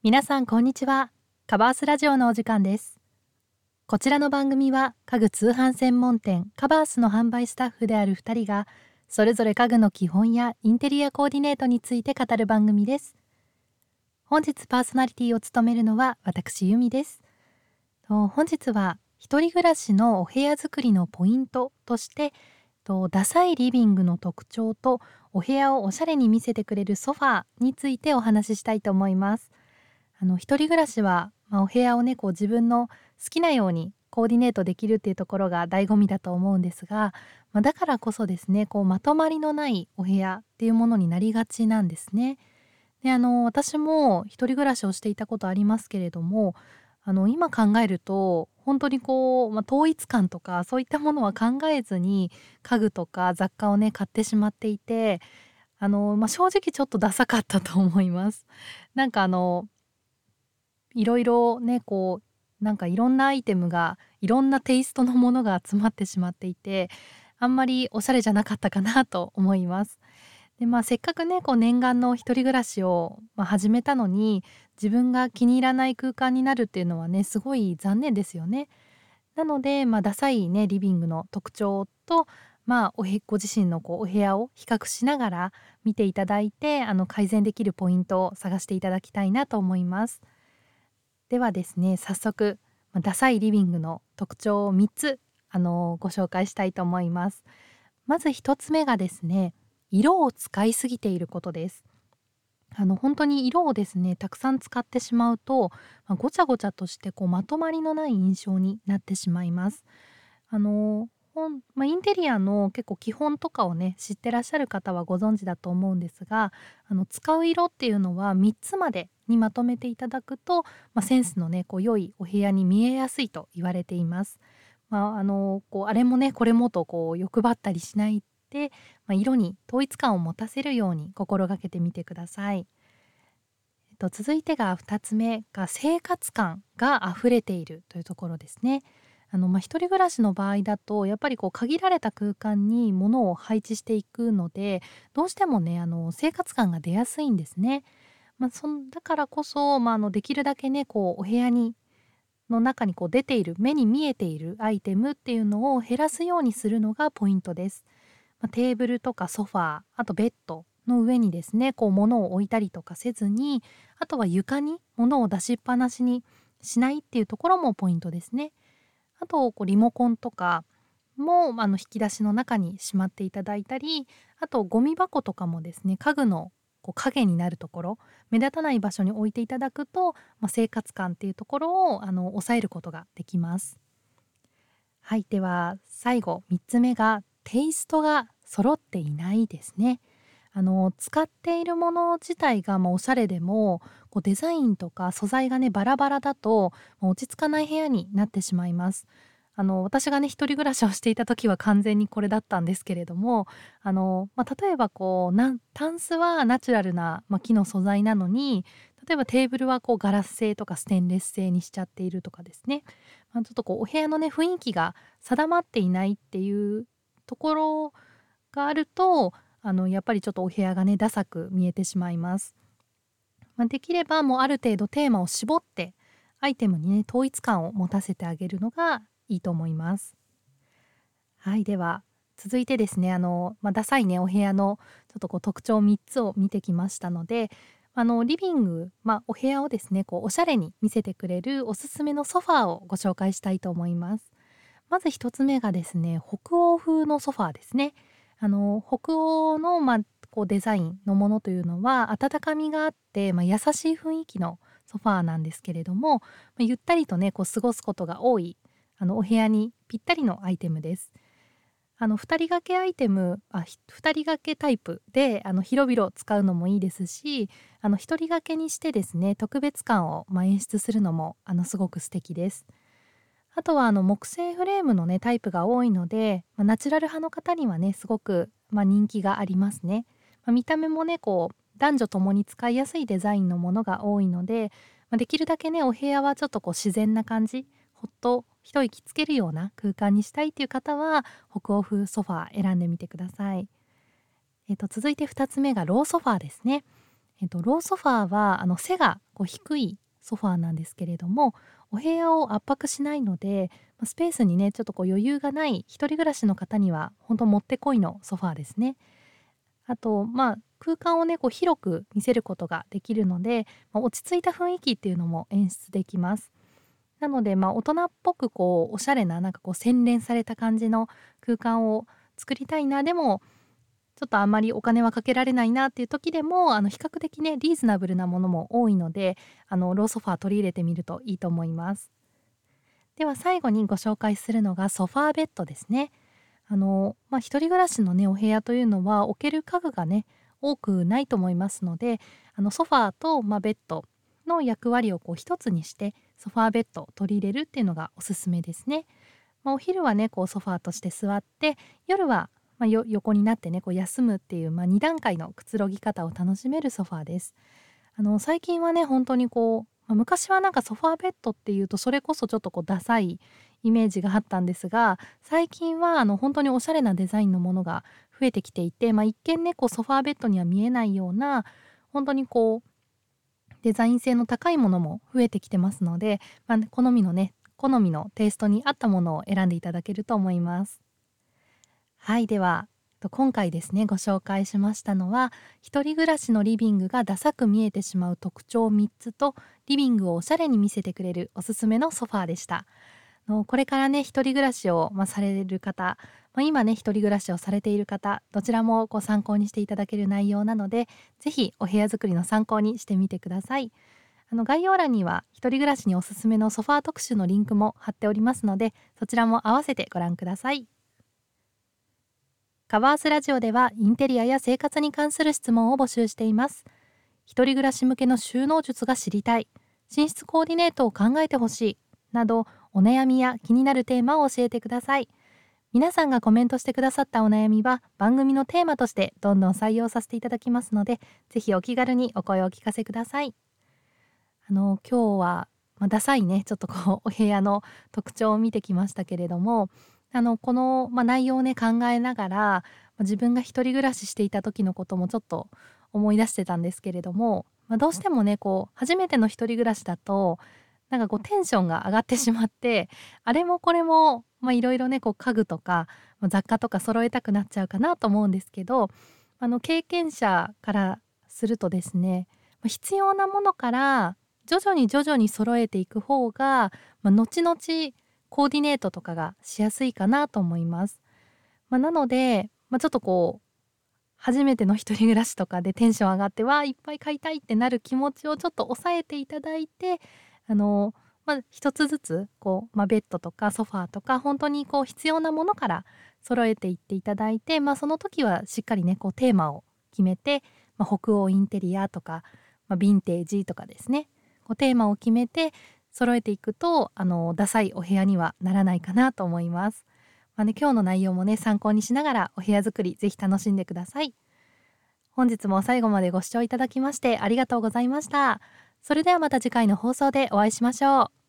皆さんこんにちは。カバースラジオのお時間です。こちらの番組は家具通販専門店カバースの販売スタッフである2人がそれぞれ家具の基本やインテリアコーディネートについて語る番組です。本日パーソナリティを務めるのは私由美です。本日は一人暮らしのお部屋作りのポイントとしてダサいリビングの特徴とお部屋をおしゃれに見せてくれるソファーについてお話ししたいと思います。一人暮らしは、お部屋をね自分の好きなようにコーディネートできるっていうところが醍醐味だと思うんですが、だからこそですねまとまりのないお部屋っていうものになりがちなんですね。で私も一人暮らしをしていたことありますけれども、今考えると本当に統一感とかそういったものは考えずに家具とか雑貨をね買ってしまっていて、正直ちょっとダサかったと思います。なんかいろいろねいろんなアイテムがいろんなテイストのものが集まってしまっていて、あんまりおしゃれじゃなかったかなと思います。でせっかくね念願の一人暮らしを、始めたのに自分が気に入らない空間になるっていうのはねすごい残念ですよね。なので、ダサいねリビングの特徴と、ご自身のお部屋を比較しながら見ていただいて改善できるポイントを探していただきたいなと思います。ではですね、早速ダサいリビングの特徴を3つご紹介したいと思います。まず1つ目がですね、色を使いすぎていることです。本当に色をですねたくさん使ってしまうと、ごちゃごちゃとしてまとまりのない印象になってしまいます。インテリアの結構基本とかをね知ってらっしゃる方はご存知だと思うんですが、使う色っていうのは3つまでにまとめていただくと、センスのね良いお部屋に見えやすいと言われています。あれもねこれもと欲張ったりしないで、色に統一感を持たせるように心がけてみてください。続いてが2つ目が生活感があふれているというところですね。一人暮らしの場合だとやっぱり限られた空間に物を配置していくので、どうしてもね生活感が出やすいんですね。だからこそ、できるだけねお部屋の中に出ている目に見えているアイテムっていうのを減らすようにするのがポイントです。テーブルとかソファー、あとベッドの上にですね物を置いたりとかせずに、あとは床に物を出しっぱなしにしないっていうところもポイントですね。あとリモコンとかも引き出しの中にしまっていただいたり、あとゴミ箱とかもですね家具の影になるところ、目立たない場所に置いていただくと、生活感っていうところを抑えることができます。はい、では最後3つ目がテイストが揃っていないですね。使っているもの自体がおしゃれでもデザインとか素材がねバラバラだと落ち着かない部屋になってしまいます。私がね一人暮らしをしていた時は完全にこれだったんですけれども、例えばタンスはナチュラルな、木の素材なのに、例えばテーブルはガラス製とかステンレス製にしちゃっているとかですね、ちょっとお部屋のね雰囲気が定まっていないっていうところがあると、やっぱりちょっとお部屋がねダサく見えてしまいます。できればもうある程度テーマを絞ってアイテムにね統一感を持たせてあげるのがいいと思います。はい、では続いてですねダサいねお部屋のちょっと特徴3つを見てきましたので、リビング、お部屋をですねおしゃれに見せてくれるおすすめのソファーをご紹介したいと思います。まず1つ目がですね北欧風のソファーですね。北欧の、デザインのものというのは温かみがあって、優しい雰囲気のソファーなんですけれども、ゆったりとね過ごすことが多いお部屋にぴったりのアイテムです。2人掛けアイテム、2人掛けタイプで広々使うのもいいですし、1人掛けにしてですね特別感を演出するのもすごく素敵です。あとは木製フレームのねタイプが多いので、ナチュラル派の方にはねすごく人気がありますね。見た目もね男女ともに使いやすいデザインのものが多いので、できるだけねお部屋はちょっと自然な感じ、ほっと一息つけるような空間にしたいっていう方は北欧風ソファー選んでみてください。続いて2つ目がローソファーですね。 ローソファーは背が低いソファーなんですけれども、お部屋を圧迫しないので、スペースにねちょっと余裕がない一人暮らしの方には本当もってこいのソファーですね。あと空間をね広く見せることができるので、落ち着いた雰囲気っていうのも演出できます。なので大人っぽくおしゃれな洗練された感じの空間を作りたいな、でもちょっとあんまりお金はかけられないなっていう時でも比較的ねリーズナブルなものも多いので、ローソファー取り入れてみるといいと思います。では最後にご紹介するのがソファーベッドですね。一人暮らしのねお部屋というのは置ける家具がね多くないと思いますので、ソファーと、ベッドの役割を一つにしてソファーベッドを取り入れるっていうのがおすすめですね。お昼はねソファーとして座って、夜は横になってね休むっていう、2段階のくつろぎ方を楽しめるソファーです。最近はね本当に昔はソファーベッドっていうとそれこそちょっとダサいイメージがあったんですが、最近は本当におしゃれなデザインのものが増えてきていて、一見ねソファーベッドには見えないような本当にデザイン性の高いものも増えてきてますので、好みのテイストに合ったものを選んでいただけると思います。はい、では今回ですねご紹介しましたのは、一人暮らしのリビングがダサく見えてしまう特徴3つと、リビングをおしゃれに見せてくれるおすすめのソファーでした。これからね一人暮らしを、される方、今ね一人暮らしをされている方、どちらも参考にしていただける内容なので、ぜひお部屋作りの参考にしてみてください。概要欄には一人暮らしにおすすめのソファー特集のリンクも貼っておりますので、そちらも合わせてご覧ください。カバースラジオではインテリアや生活に関する質問を募集しています。一人暮らし向けの収納術が知りたい、寝室コーディネートを考えてほしいなど、お悩みや気になるテーマを教えてください。皆さんがコメントしてくださったお悩みは番組のテーマとしてどんどん採用させていただきますので、ぜひお気軽にお声をお聞かせください。今日は、ダサいねちょっとお部屋の特徴を見てきましたけれども、この、内容をね考えながら、自分が一人暮らししていた時のこともちょっと思い出してたんですけれども、どうしてもね初めての一人暮らしだとテンションが上がってしまって、あれもこれもいろいろね家具とか、雑貨とか揃えたくなっちゃうかなと思うんですけど、経験者からするとですね、必要なものから徐々に揃えていく方が、後々コーディネートとかがしやすいかなと思います。なので、ちょっと初めての一人暮らしとかでテンション上がっていっぱい買いたいってなる気持ちをちょっと抑えていただいて、一つずつベッドとかソファーとか本当に必要なものから揃えていっていただいて、その時はしっかりねテーマを決めて、北欧インテリアとか、ヴィンテージとかですね、テーマを決めて揃えていくとダサいお部屋にはならないかなと思います。今日の内容もね参考にしながらお部屋作りぜひ楽しんでください。本日も最後までご視聴いただきましてありがとうございました。それではまた次回の放送でお会いしましょう。